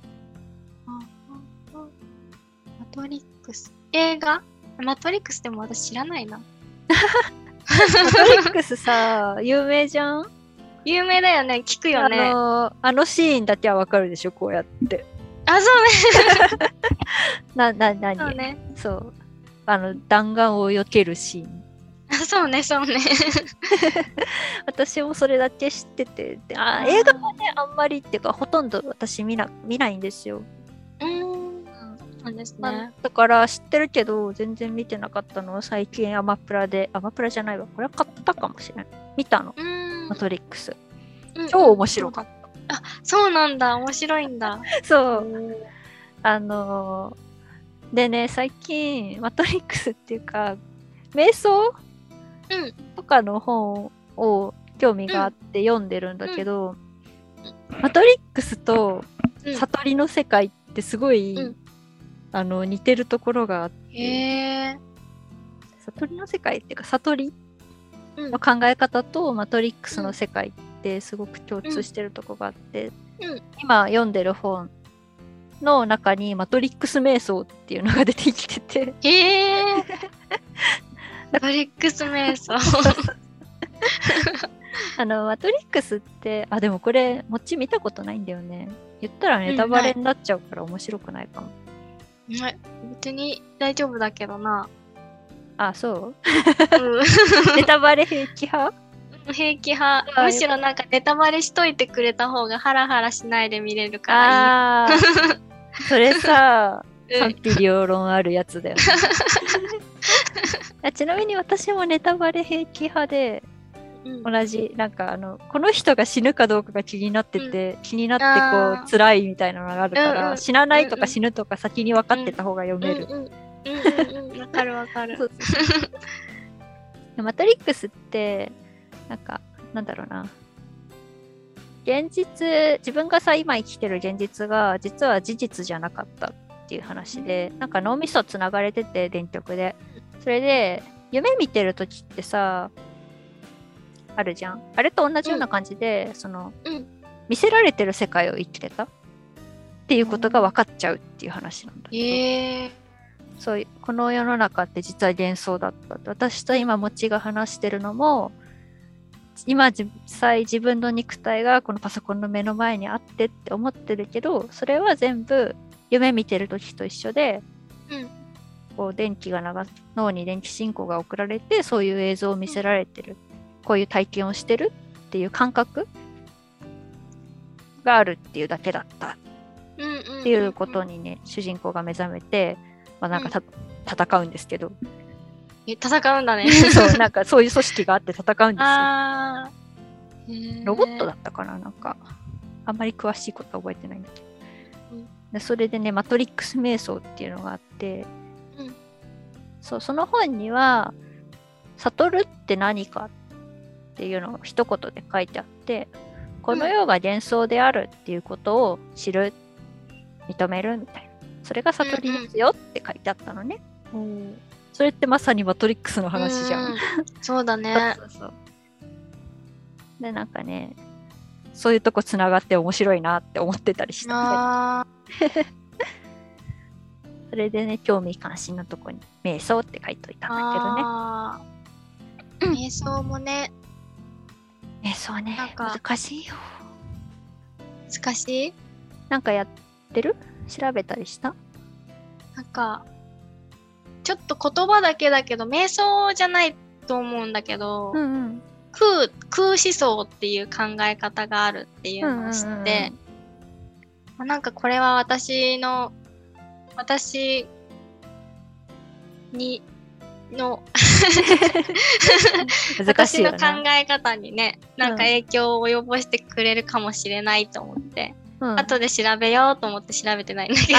Speaker 1: マトリックス。映画？マトリックスでも私知らないな。マ
Speaker 2: トリックスさ、有名じゃん？
Speaker 1: 有名だよね。聞くよね。
Speaker 2: あのー、あのシーンだけはわかるでしょ、こうやって。
Speaker 1: あ、そう
Speaker 2: ね。な、な、なに？
Speaker 1: そうね。
Speaker 2: そう。あの、弾丸を避けるシーン。
Speaker 1: あ、そうね、そうね。
Speaker 2: 私もそれだけ知ってて。あ、映画はね、あんまりっていうか、ほとんど私見な、見ないんですよ。
Speaker 1: うーん。 なんです
Speaker 2: まあ
Speaker 1: ね。
Speaker 2: だから知ってるけど全然見てなかったのを最近アマプラで、アマプラじゃないわ、これは買ったかもしれない。見たの、
Speaker 1: うーん。
Speaker 2: マトリックス。
Speaker 1: うんうん
Speaker 2: 超面白かっ
Speaker 1: あ、そうなんだ。面白いんだ。
Speaker 2: た。そう。
Speaker 1: おー
Speaker 2: あのーでね、最近、マトリックスっていうか、瞑想
Speaker 1: うん。
Speaker 2: とかの本を興味があって読んでるんだけど、マトリックスと
Speaker 1: うん。
Speaker 2: 悟りの世界ってすごい、
Speaker 1: うん
Speaker 2: あの似てるところがあって、
Speaker 1: へえ。
Speaker 2: 悟りの世界っていうか悟り
Speaker 1: うん
Speaker 2: の考え方とマトリックスの世界ってすごく共通してるところがあって、
Speaker 1: うん。
Speaker 2: 今読んでる本の中にマトリックス瞑想っていうのが出てきてて
Speaker 1: へえ。マトリックス瞑想。
Speaker 2: あのマトリックスってあでもこれもっち見たことないんだよね。言ったらネタバレになっちゃうから面白くないかも。
Speaker 1: はい。別に大丈夫だけどな。
Speaker 2: あそう
Speaker 1: うん。
Speaker 2: ネタバレ平気派
Speaker 1: 平気派。
Speaker 2: あ
Speaker 1: むしろなんかネタバレしといてくれた方がハラハラしないで見れるから
Speaker 2: あーそれさ
Speaker 1: いい。
Speaker 2: 賛否両論あるやつだよねあちなみに私もネタバレ平気派で
Speaker 1: うん
Speaker 2: 同じなんかあのこの人が死ぬかどうかが気になってて、気になって
Speaker 1: あー
Speaker 2: こう辛いみたいなのがあるから、
Speaker 1: うんうん
Speaker 2: 死なないと
Speaker 1: うんうん
Speaker 2: か死ぬとか先に分かってた方が読める、
Speaker 1: うんうんうんうんわかるわかる。
Speaker 2: そうそうそうでマトリックスってなんかなんだろうな現実自分がさ今生きてる現実が実は事実じゃなかったっていう話で、なんか脳みそつながれてて電極で、それで夢見てる時ってさあるじゃん、あれと同じような感じで、うん、その、
Speaker 1: うん、
Speaker 2: 見せられてる世界を生きてたっていうことが分かっちゃうっていう話なんだけど、
Speaker 1: えー、
Speaker 2: そういうこの世の中って実は幻想だったって、私と今もちが話してるのも今実際自分の肉体がこのパソコンの目の前にあってって思ってるけど、それは全部夢見てる時と一緒で、
Speaker 1: うん、
Speaker 2: こう電気が流脳に電気信号が送られてそういう映像を見せられてる、こういう体験をしてるっていう感覚があるっていうだけだったっていうことにね、主人公が目覚めて、まあ、なんかた、うん、戦うんですけど、
Speaker 1: え戦うんだね
Speaker 2: そうなんかそういう組織があって戦うんですよ。
Speaker 1: あ
Speaker 2: ロボットだったかな、なんかあんまり詳しいことは覚えてないんだけど、うん、でそれでねマトリックス瞑想っていうのがあって、うん、そうその本には悟るって何かっていうのを一言で書いてあって、この世が幻想であるっていうことを知る、認めるみたいな、それが悟りですよって書いてあったのね、うんうん、それってまさにマトリックスの話じゃん、
Speaker 1: うんそうだね
Speaker 2: そうそうそうでなんかねそういうとこつながって面白いなって思ってたりした、ね、それでね興味関心のとこに瞑想って書いといたんだ
Speaker 1: けどね、瞑想もね
Speaker 2: 瞑想ね難しいよ。
Speaker 1: 難しい？
Speaker 2: なんかやってる？調べたりした？
Speaker 1: なんかちょっと言葉だけだけど瞑想じゃないと思うんだけど、うんうん、空空思想っていう考え方があるっていうのを知って、うんうんうんまあ、なんかこれは私の私にの私の考え方にねなんか影響を及ぼしてくれるかもしれないと思って、うん、後で調べようと思って調べてないんだけど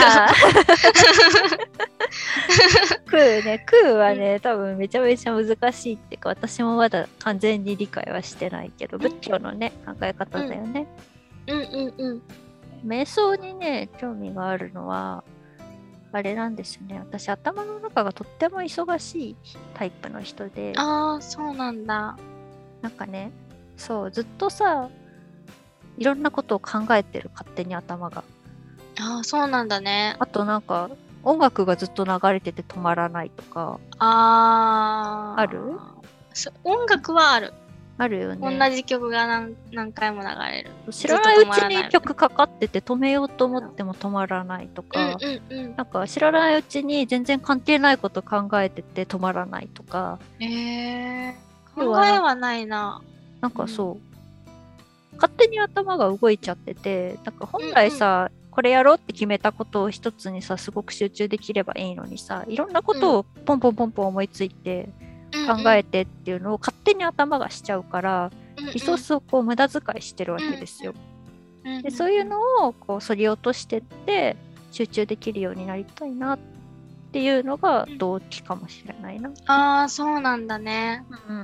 Speaker 2: 空ね空はね、うん、多分めちゃめちゃ難しいっていうか私もまだ完全に理解はしてないけど、仏教のね考え方だよね、
Speaker 1: うん、うんうんうん
Speaker 2: 瞑想にね興味があるのはあれなんですよね。私頭の中がとっても忙しいタイプの人で。
Speaker 1: ああ、そうなんだ。
Speaker 2: なんかね、そうずっとさ、いろんなことを考えてる勝手に頭が。
Speaker 1: ああ、そうなんだね。
Speaker 2: あとなんか音楽がずっと流れてて止まらないとか。
Speaker 1: ああ。
Speaker 2: ある？
Speaker 1: 音楽はある。
Speaker 2: あるよね。
Speaker 1: 同じ曲が 何, 何回も流れる。
Speaker 2: 知らないうちに曲かかってて止めようと思っても止まらないとか、うんうんうん、なんか知らないうちに全然関係ないこと考えてて止まらないとか。
Speaker 1: へえー、考えはないな。
Speaker 2: なんかそう、うん、勝手に頭が動いちゃってて、なんか本来さ、うんうん、 これやろうって決めたことを一つにさすごく集中できればいいのにさ、いろんなことをポンポンポンポン思いついて考えてっていうのを勝手に頭がしちゃうから、
Speaker 1: うんうん、
Speaker 2: リソースをこう無駄遣いしてるわけですよ。
Speaker 1: うんうん、
Speaker 2: でそういうのをこう削ぎ落としてって集中できるようになりたいなっていうのが動機かもしれないな。うん、
Speaker 1: ああ、そうなんだね。
Speaker 2: うん、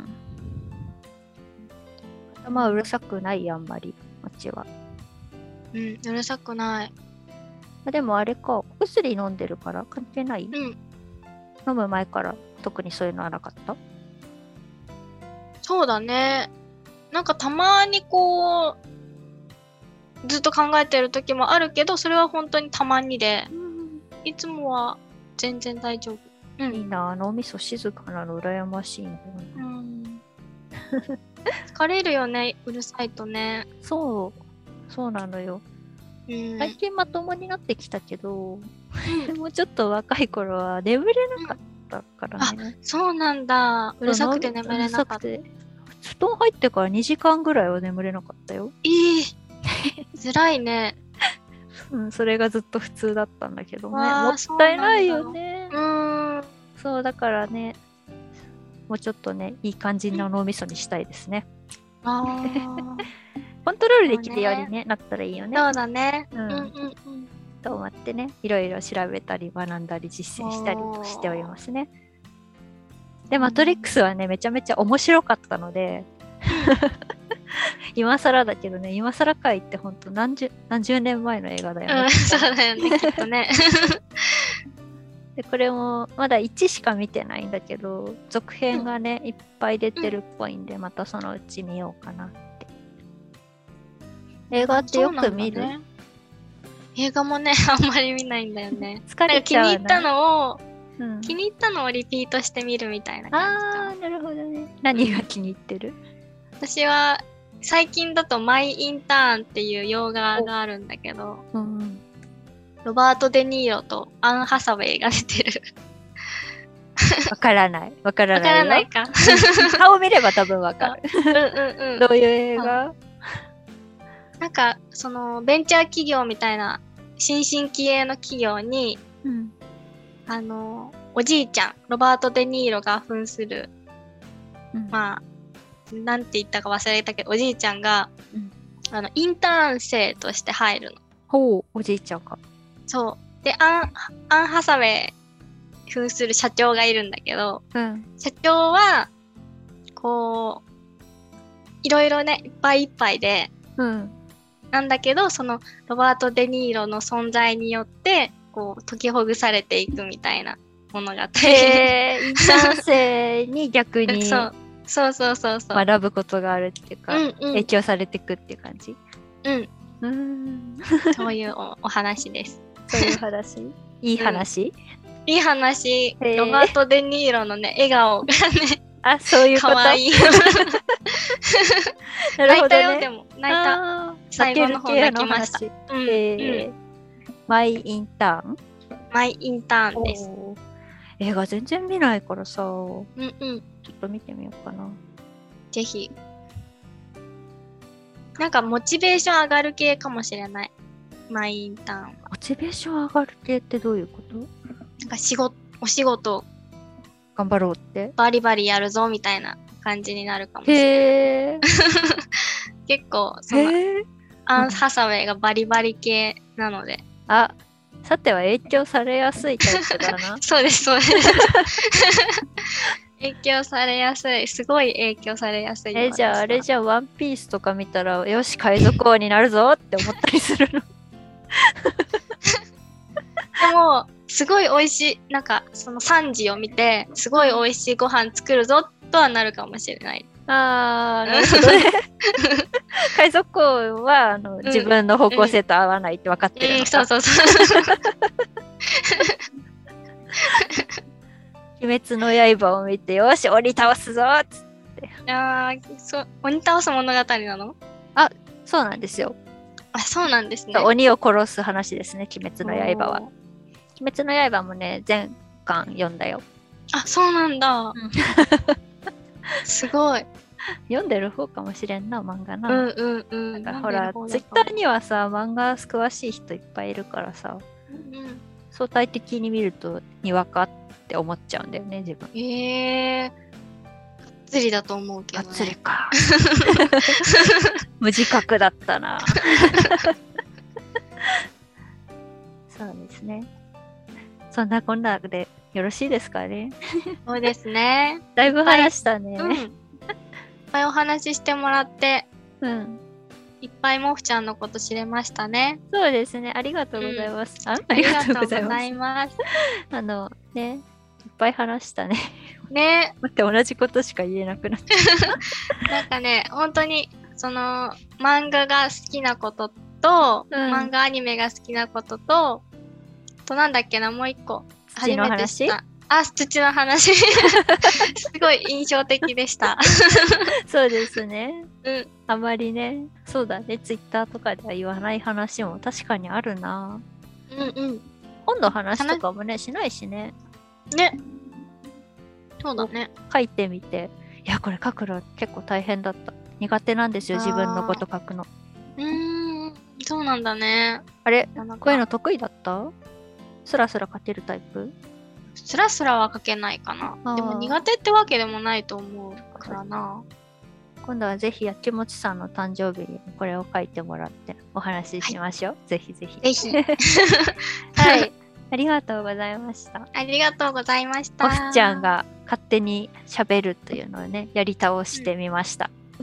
Speaker 2: 頭うるさくないあんまりこっちは。
Speaker 1: うん、うるさくない。
Speaker 2: でもあれか、お薬飲んでるから関係ない？
Speaker 1: うん。
Speaker 2: 飲む前から特にそういうのはなかった？
Speaker 1: そうだね。なんかたまにこう、ずっと考えてる時もあるけど、それは本当にたまにで、うん、いつもは全然大丈夫。
Speaker 2: うん、いいな、脳みそ静かなの羨ましいんだよな。うん、
Speaker 1: 疲れるよね、うるさいとね。
Speaker 2: そう、そうなのよ。うん、最近まともになってきたけど、もうちょっと若い頃は眠れなかったからね。
Speaker 1: うん、あ、そうなんだ。うるさくて眠れなかった。布
Speaker 2: 団入ってからにじかんぐらいは眠れなかったよ。
Speaker 1: えー辛いね。
Speaker 2: うん、それがずっと普通だったんだけどね。もったいないよね。うん。そうだからね、もうちょっとね、いい感じの脳みそにしたいですね。あコントロールできるように、ね、なったらいいよね。
Speaker 1: そうだね。
Speaker 2: うん。うんうんうん、と思ってね、いろいろ調べたり学んだり実践したりとしておりますね。で、マトリックスはね、めちゃめちゃ面白かったので、今更だけどね、今更かいってほんと何十、何十年前の映画だよね。
Speaker 1: うん、そうだよね、きっとね。
Speaker 2: で、これもまだいちしか見てないんだけど、続編がね、うん、いっぱい出てるっぽいんで、またそのうち見ようかなって。映画ってよく見る？ね、
Speaker 1: 映画もね、あんまり見ないんだよね。疲れちゃうな。気に入ったのを、うん、気に入ったのをリピートして見るみたいな感じかな。
Speaker 2: あー、なるほどね。何が気に入ってる？
Speaker 1: 私は最近だとマイ・インターンっていう洋画があるんだけど、うん、ロバート・デ・ニーロとアン・ハサウェイが出てる。
Speaker 2: わからない。わからない。
Speaker 1: わからないか。
Speaker 2: 顔見れば多分わかる。うんうんうん。どういう映画？
Speaker 1: なんか、その、ベンチャー企業みたいな、新進気鋭の企業に、うん、あの、おじいちゃん、ロバート・デ・ニーロが扮する、うん、まあ、なんて言ったか忘れたけど、おじいちゃんが、うん、あの、インターン生として入るの。
Speaker 2: ほう、おじいちゃんか。
Speaker 1: そう。で、アン、アン・ハサウェイ扮する社長がいるんだけど、うん、社長は、こう、いろいろね、いっぱいいっぱいで、うん、なんだけど、その、ロバート・デ・ニーロの存在によって、こう、解きほぐされていくみたいな物語。
Speaker 2: へー、インターン生に逆に。
Speaker 1: そう。そうそうそうそう。
Speaker 2: 学ぶことがあるっていうか、うんうん、影響されていくっていう感じ。
Speaker 1: うん。うん。そういう お, お話です。
Speaker 2: そういう話？いい話？
Speaker 1: うん、いい話。ロバート・デ・ニーロのね、笑顔がね、
Speaker 2: あ、そういうこと。か
Speaker 1: わいい。なるほどね、泣いたよ、でも。泣いた。最後の方泣きました。うん、
Speaker 2: えーうん、マイ・インターン？
Speaker 1: マイ・インターンです。
Speaker 2: 映画全然見ないからさ。
Speaker 1: うんうん。
Speaker 2: ちょっと見てみようかな。
Speaker 1: ぜひ。なんかモチベーション上がる系かもしれない。マイ・インターンは。
Speaker 2: モチベーション上がる系ってどういうこと？
Speaker 1: なんか仕事、お仕事
Speaker 2: 頑張ろうって
Speaker 1: バリバリやるぞみたいな感じになるかもしれない。へー結構そのアン・ハサウェイがバリバリ系なので。
Speaker 2: あ、さては影響されやすいタイプだな。
Speaker 1: そうですそうです。影響されやすい、すごい影響されやすい。
Speaker 2: え、じゃああれじゃあワンピースとか見たらよし海賊王になるぞって思ったりするの？
Speaker 1: でもすごい美味しい、なんかそのさんじを見てすごい美味しいご飯作るぞとはなるかもしれない。
Speaker 2: あー、なるほどね。海賊王はあの、うん、自分の方向性と合わないって分かってるのか、うんうん、
Speaker 1: そうそうそう。
Speaker 2: 鬼滅の刃を見てよし鬼倒すぞっつって。
Speaker 1: あー、そう、鬼倒す物語なの？
Speaker 2: あ、そうなんですよ。
Speaker 1: あ、そうなんですね。
Speaker 2: 鬼を殺す話ですね、鬼滅の刃は。鬼滅の刃もね、全巻読んだよ。
Speaker 1: あ、そうなんだ。うん、すごい。
Speaker 2: 読んでる方かもしれんな、漫画な。
Speaker 1: うんうんうん。
Speaker 2: なんかほら、ツイッターにはさ、漫画詳しい人いっぱいいるからさ、
Speaker 1: うんうん、
Speaker 2: 相対的に見るとにわかって思っちゃうんだよね、自分。
Speaker 1: へえー。がっつりだと思うけどね。
Speaker 2: がっつりか。無自覚だったな。そうですね。そんなこんなでよろしいですかね。
Speaker 1: そうですね。
Speaker 2: だいぶ話したね。
Speaker 1: うん、いっぱいお話ししてもらって、
Speaker 2: うん、
Speaker 1: いっぱいもふちゃんのこと知れましたね。
Speaker 2: そうですね。ありがとうございます。
Speaker 1: うん、あ, ありがとうございます。
Speaker 2: あのね、いっぱい話したね。
Speaker 1: ね。
Speaker 2: 待って同じことしか言えなくなっちゃ
Speaker 1: う。なんかね、本当にその漫画が好きなことと、うん、漫画アニメが好きなことと、となんだっけな、もう一個。
Speaker 2: 土の話？
Speaker 1: あ、土の話。すごい印象的でした。
Speaker 2: そうですね。
Speaker 1: うん。
Speaker 2: あまりね、そうだね、ツイッターとかでは言わない話も確かにあるな。
Speaker 1: うんうん。
Speaker 2: 今度話とかもね、しないしね。
Speaker 1: ね。そうだね。
Speaker 2: 書いてみて。いや、これ書くの結構大変だった。苦手なんですよ、自分のこと書くの。
Speaker 1: うーん、そうなんだね。
Speaker 2: あれ、こういうの得意だった？スラスラ書けるタイプ？
Speaker 1: スラスラは書けないかな。でも苦手ってわけでもないと思うからな。
Speaker 2: 今度はぜひやきもちさんの誕生日にこれを書いてもらってお話ししましょう。はい、ぜひぜひ。
Speaker 1: ぜひ。
Speaker 2: はい。ありがとうございました。
Speaker 1: ありがとうございました。
Speaker 2: おふちゃんが勝手に喋るというのをね、やり倒してみました。うん、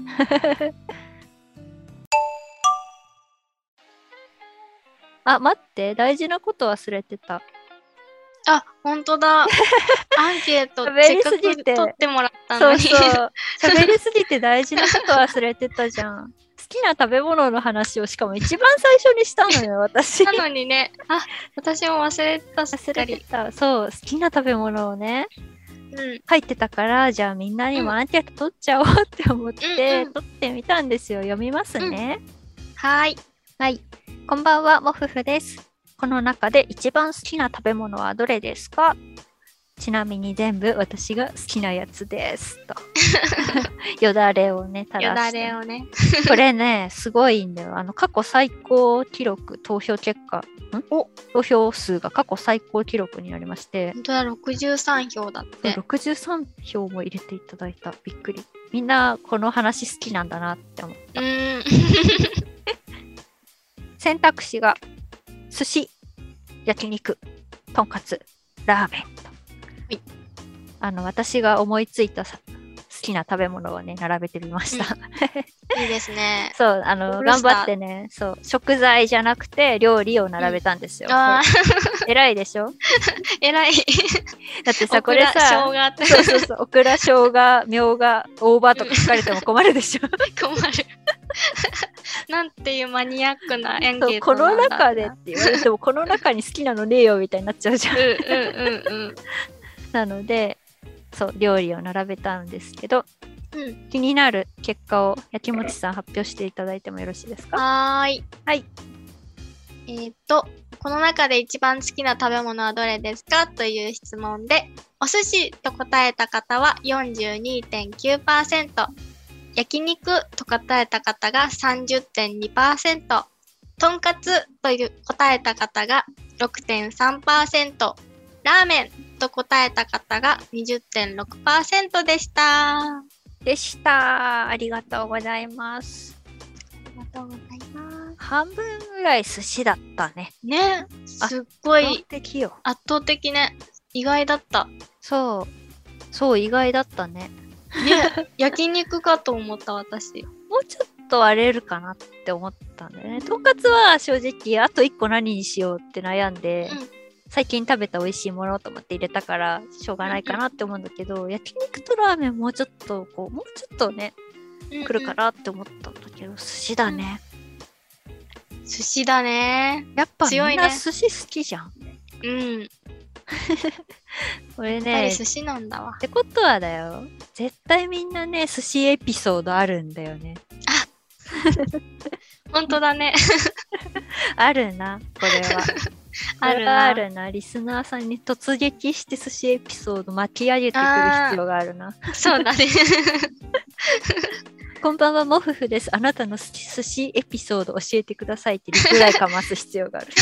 Speaker 2: あ、待って、大事なこと忘れてた。
Speaker 1: あ、ほんとだ。アンケートせっかく取ってもらったのに。
Speaker 2: そうそう。喋りすぎて大事なこと忘れてたじゃん。好きな食べ物の話をしかも一番最初にしたのよ、私。
Speaker 1: なのにね、あ、私も忘れてた、
Speaker 2: 忘れてた。そう、好きな食べ物をね、
Speaker 1: うん、
Speaker 2: 書いてたから、じゃあみんなにもアンケート取っちゃおうって思って、うんうん、取ってみたんですよ。読みますね。
Speaker 1: うん、はい。
Speaker 2: はい。こんばんは、もふふです。この中で一番好きな食べ物はどれですか？ちなみに全部私が好きなやつですと。よだれをね、垂らして。
Speaker 1: よだれをね。
Speaker 2: これね、すごいんだよ。あの、過去最高記録、投票結果、んお投票数が過去最高記録になりまして。
Speaker 1: 本当だ、ろくじゅうさんひょうだって。
Speaker 2: ろくじゅうさんひょうも入れていただいた。びっくり。みんなこの話好きなんだなって思った。
Speaker 1: うーん
Speaker 2: 選択肢が寿司、焼肉、とんかつ、ラーメンと、はい、あの私が思いついたさ好きな食べ物をね並べてみました、
Speaker 1: うん、いいですね。
Speaker 2: そうあの頑張ってね、そう食材じゃなくて料理を並べたんですよ、うん、あ偉いでしょ
Speaker 1: 偉い
Speaker 2: だってさこれさ生姜ってそうそうそうオクラ生姜みょうが大葉とか書かれても困るでしょ
Speaker 1: 困るなんていうマニアックなアンケートなんだ。
Speaker 2: この中でって言われてもこの中に好きなのねえよみたいになっちゃうじゃん。うんうんうんうん。なのでそう料理を並べたんですけど、うん、気になる結果をやきもちさん発表していただいてもよろしいですか？
Speaker 1: はーい。
Speaker 2: はい。
Speaker 1: えー、っとこの中で一番好きな食べ物はどれですかという質問でお寿司と答えた方は よんじゅうにてんきゅうパーセント。焼肉と答えた方が さんじゅってんにパーセント、とんかつという答えた方が ろくてんさんパーセント、ラーメンと答えた方が にじゅってんろくパーセント でした。
Speaker 2: でした。ありがとうございます。
Speaker 1: ありがとうございます。
Speaker 2: 半分ぐらい寿司だったね。
Speaker 1: ね、すっごい
Speaker 2: 圧倒的よ。
Speaker 1: 圧倒的ね。意外だった。
Speaker 2: そう、そう意外だったね。
Speaker 1: ね、焼肉かと思った私。
Speaker 2: もうちょっと割れるかなって思ったんだよね。とんかつは正直あといっこ何にしようって悩んで、うん、最近食べた美味しいものと思って入れたからしょうがないかなって思うんだけど、うんうん、焼肉とラーメンもうちょっとこうもうちょっとね、うんうん、来るかなって思ったんだけど寿司だね、
Speaker 1: うん、寿司だね。
Speaker 2: やっぱみんな寿司好きじゃん。
Speaker 1: うん
Speaker 2: これね、
Speaker 1: やっぱり寿司なんだわ。
Speaker 2: ってことはだよ、絶対みんなね寿司エピソードあるんだよね。
Speaker 1: あ本当だね
Speaker 2: あるなこれは
Speaker 1: あるな。
Speaker 2: あるな。リスナーさんに突撃して寿司エピソード巻き上げてくる必要があるな。
Speaker 1: そうだね。
Speaker 2: こんばんは、モフフです。あなたの寿司エピソード教えてくださいってリプライかます必要がある。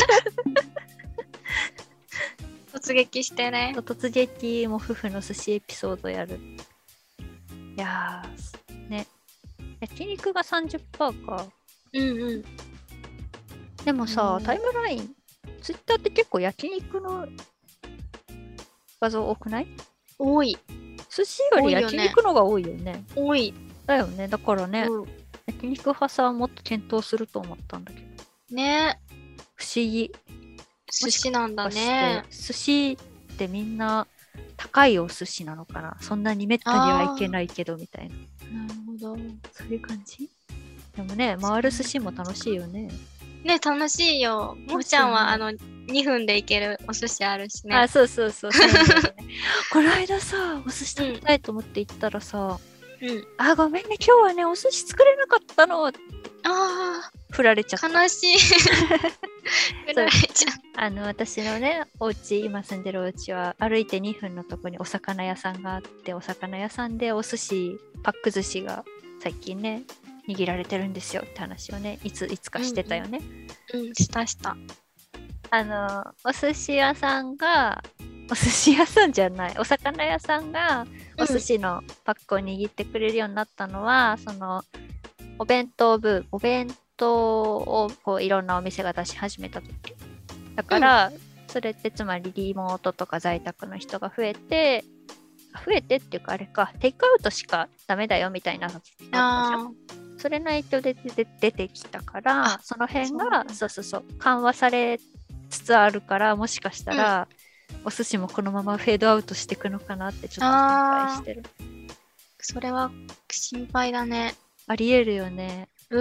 Speaker 1: 突撃してね。
Speaker 2: 突撃モフフの寿司エピソードやる。いやー、ね。焼肉が さんじゅっパーセント か。
Speaker 1: うんうん。
Speaker 2: でもさ、
Speaker 1: うん、
Speaker 2: タイムライン、ツイッターって結構焼肉の画像多くない？
Speaker 1: 多い。
Speaker 2: 寿司より焼肉のが多いよね。
Speaker 1: 多い。
Speaker 2: だよね。だからね、
Speaker 1: うん、
Speaker 2: 焼肉派さはもっと検討すると思ったんだけど。
Speaker 1: ね。
Speaker 2: 不思議。
Speaker 1: 寿司なんだね。
Speaker 2: 寿司ってみんな高いお寿司なのかな？そんなにめったにはいけないけどみたいな。
Speaker 1: なるほど。
Speaker 2: そういう感じ？でもね、回る寿司も楽しいよね。
Speaker 1: ね、楽しいよ。もふちゃんはあのにふんで行けるお寿司あるしね。
Speaker 2: あ、そうそうそう。そうね、この間さ、お寿司食べたいと思って行ったらさ、
Speaker 1: うん、
Speaker 2: あ、ごめんね、今日はね、お寿司作れなかったの。あ
Speaker 1: あ、
Speaker 2: 振られちゃった。
Speaker 1: 悲しい。振られちゃう。
Speaker 2: あの、私のね、お家、今住んでるお家は歩いてにふんのとこにお魚屋さんがあって、お魚屋さんでお寿司、パック寿司が最近ね、握られてるんですよって話をね、いついつかしてたよね。
Speaker 1: うん、うん、したした。
Speaker 2: あの、お寿司屋さんが、お寿司屋さんじゃない、お魚屋さんがお寿司のパックを握ってくれるようになったのは、うん、その、お弁当部、お弁当をこういろんなお店が出し始めた時。だから、うん、それってつまりリモートとか在宅の人が増えて、増えてっていうかあれか、テイクアウトしかダメだよみたいなのがあったじゃん。それの影響で出てきたから、その辺がそうそうそう緩和されつつあるから、もしかしたら、うん、お寿司もこのままフェードアウトしていくのかなってちょっと心配してる。
Speaker 1: それは心配だね。
Speaker 2: ありえるよね。
Speaker 1: うん。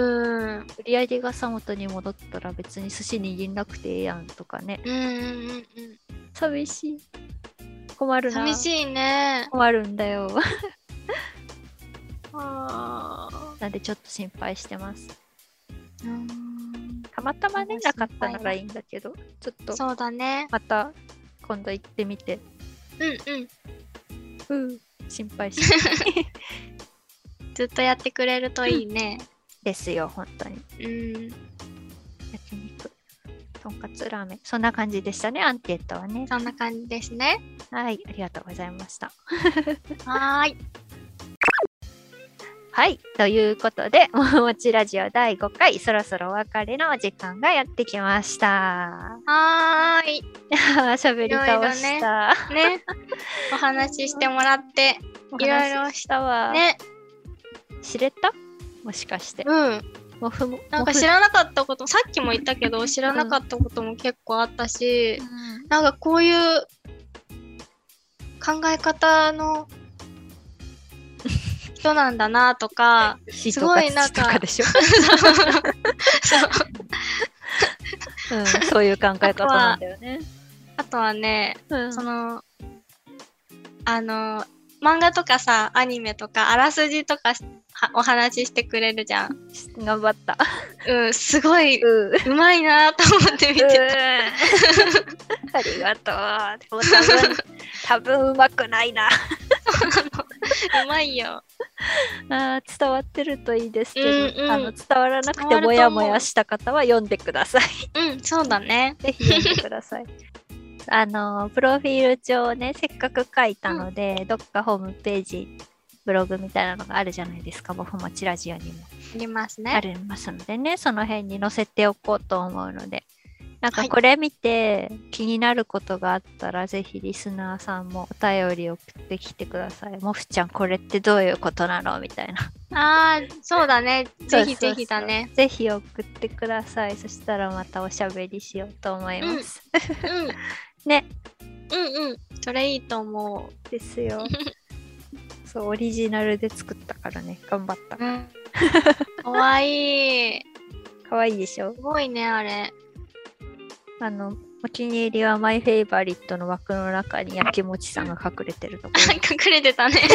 Speaker 2: 売り上げがさ元に戻ったら別に寿司握んなくてええやんとかね。
Speaker 1: うんうんうんうん。
Speaker 2: 寂しい。困るな。
Speaker 1: 寂しいね。
Speaker 2: 困るんだよ。
Speaker 1: あ
Speaker 2: なんでちょっと心配してます。
Speaker 1: うん、
Speaker 2: たまたまねなかったならいいんだけど、ちょっと
Speaker 1: そうだね。
Speaker 2: また今度行ってみて。
Speaker 1: うんうん。
Speaker 2: うん、心配して
Speaker 1: ずっとやってくれるといいね。
Speaker 2: ですよ、本当に。
Speaker 1: うん。
Speaker 2: 焼肉、とんかつラーメン、そんな感じでしたね、アンケートはね。
Speaker 1: そんな感じですね。
Speaker 2: はい、ありがとうございました。
Speaker 1: はーい。
Speaker 2: はい、ということで、もももちラジオだいごかい、そろそろお別れのお時間がやってきました。
Speaker 1: はーい。
Speaker 2: 喋り倒した。
Speaker 1: ね。ねお話ししてもらって、いろいろ
Speaker 2: したわ。
Speaker 1: ね。
Speaker 2: 知れた？もしかして。
Speaker 1: うん。
Speaker 2: もふも
Speaker 1: なんか知らなかったこと、さっきも言ったけど、知らなかったことも結構あったし、うん、なんかこういう考え方の人なんだなとか、
Speaker 2: すごいなんか、かそううん、そういう考え方なんだよね。
Speaker 1: あとはね、うん、その、あの、漫画とかさ、アニメとか、あらすじとかお話ししてくれるじゃん。
Speaker 2: 頑張った。
Speaker 1: うん、すごい、う, うまいなと思って見て
Speaker 2: た。ありがとう。でも多分、多分うまくないな。
Speaker 1: うまいよ。
Speaker 2: あ伝わってるといいですけど、うんうん、あの伝わらなくてもやもやした方は読んでください。
Speaker 1: うん、そうだね。
Speaker 2: ぜひ読んでください。あのプロフィール帳をねせっかく書いたので、うん、どっかホームページブログみたいなのがあるじゃないですか。もふもちラジオにも
Speaker 1: ありますね。
Speaker 2: ありますのでね、その辺に載せておこうと思うので、なんかこれ見て気になることがあったら、はい、ぜひリスナーさんもお便り送ってきてください。もふちゃんこれってどういうことなのみたいな。
Speaker 1: あーそうだね。ぜひぜひだね。
Speaker 2: ぜひ送ってください。そしたらまたおしゃべりしようと思います。
Speaker 1: うん、うん
Speaker 2: ね。
Speaker 1: うんうん。それいいと思
Speaker 2: う。ですよ。そう、オリジナルで作ったからね。頑張った。うん、
Speaker 1: かわいい。
Speaker 2: かわいいでしょ。
Speaker 1: すごいね、あれ。
Speaker 2: あの、お気に入りはマイフェイバリットの枠の中にやきもちさんが隠れてるところ。
Speaker 1: 隠れてたね。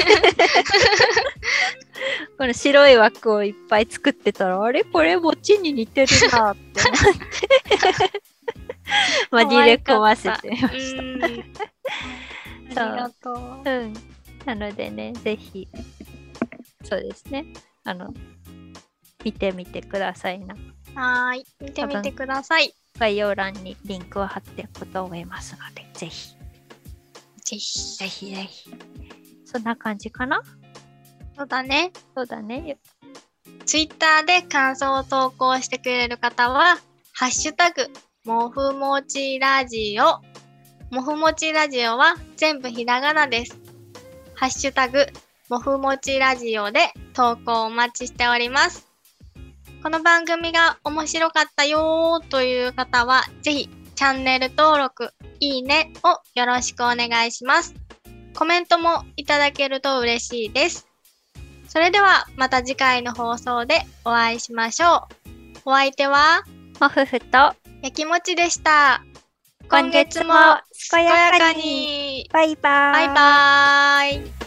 Speaker 2: この白い枠をいっぱい作ってたら、あれこれもちに似てるなって思って。 マジで込ませてみました。
Speaker 1: うんありがとう。
Speaker 2: うん。なのでね、ぜひ、そうですね。あの、見てみてくださいな。
Speaker 1: はーい。見てみてください。
Speaker 2: 概要欄にリンクを貼っておくと思いますので、ぜひ。
Speaker 1: ぜひ。
Speaker 2: ぜひぜひ。そんな感じかな？
Speaker 1: そうだね。
Speaker 2: そうだね。
Speaker 1: ツイッターで感想を投稿してくれる方は、ハッシュタグ、もふもちラジオ。もふもちラジオは全部ひらがなです。ハッシュタグ、もふもちラジオで投稿お待ちしております。この番組が面白かったよーという方は、ぜひチャンネル登録、いいねをよろしくお願いします。コメントもいただけると嬉しいです。それではまた次回の放送でお会いしましょう。お相手は、
Speaker 2: もふふと、
Speaker 1: やきもちでした。
Speaker 2: 今月も健やかに。バイバーイ。
Speaker 1: バイバーイ。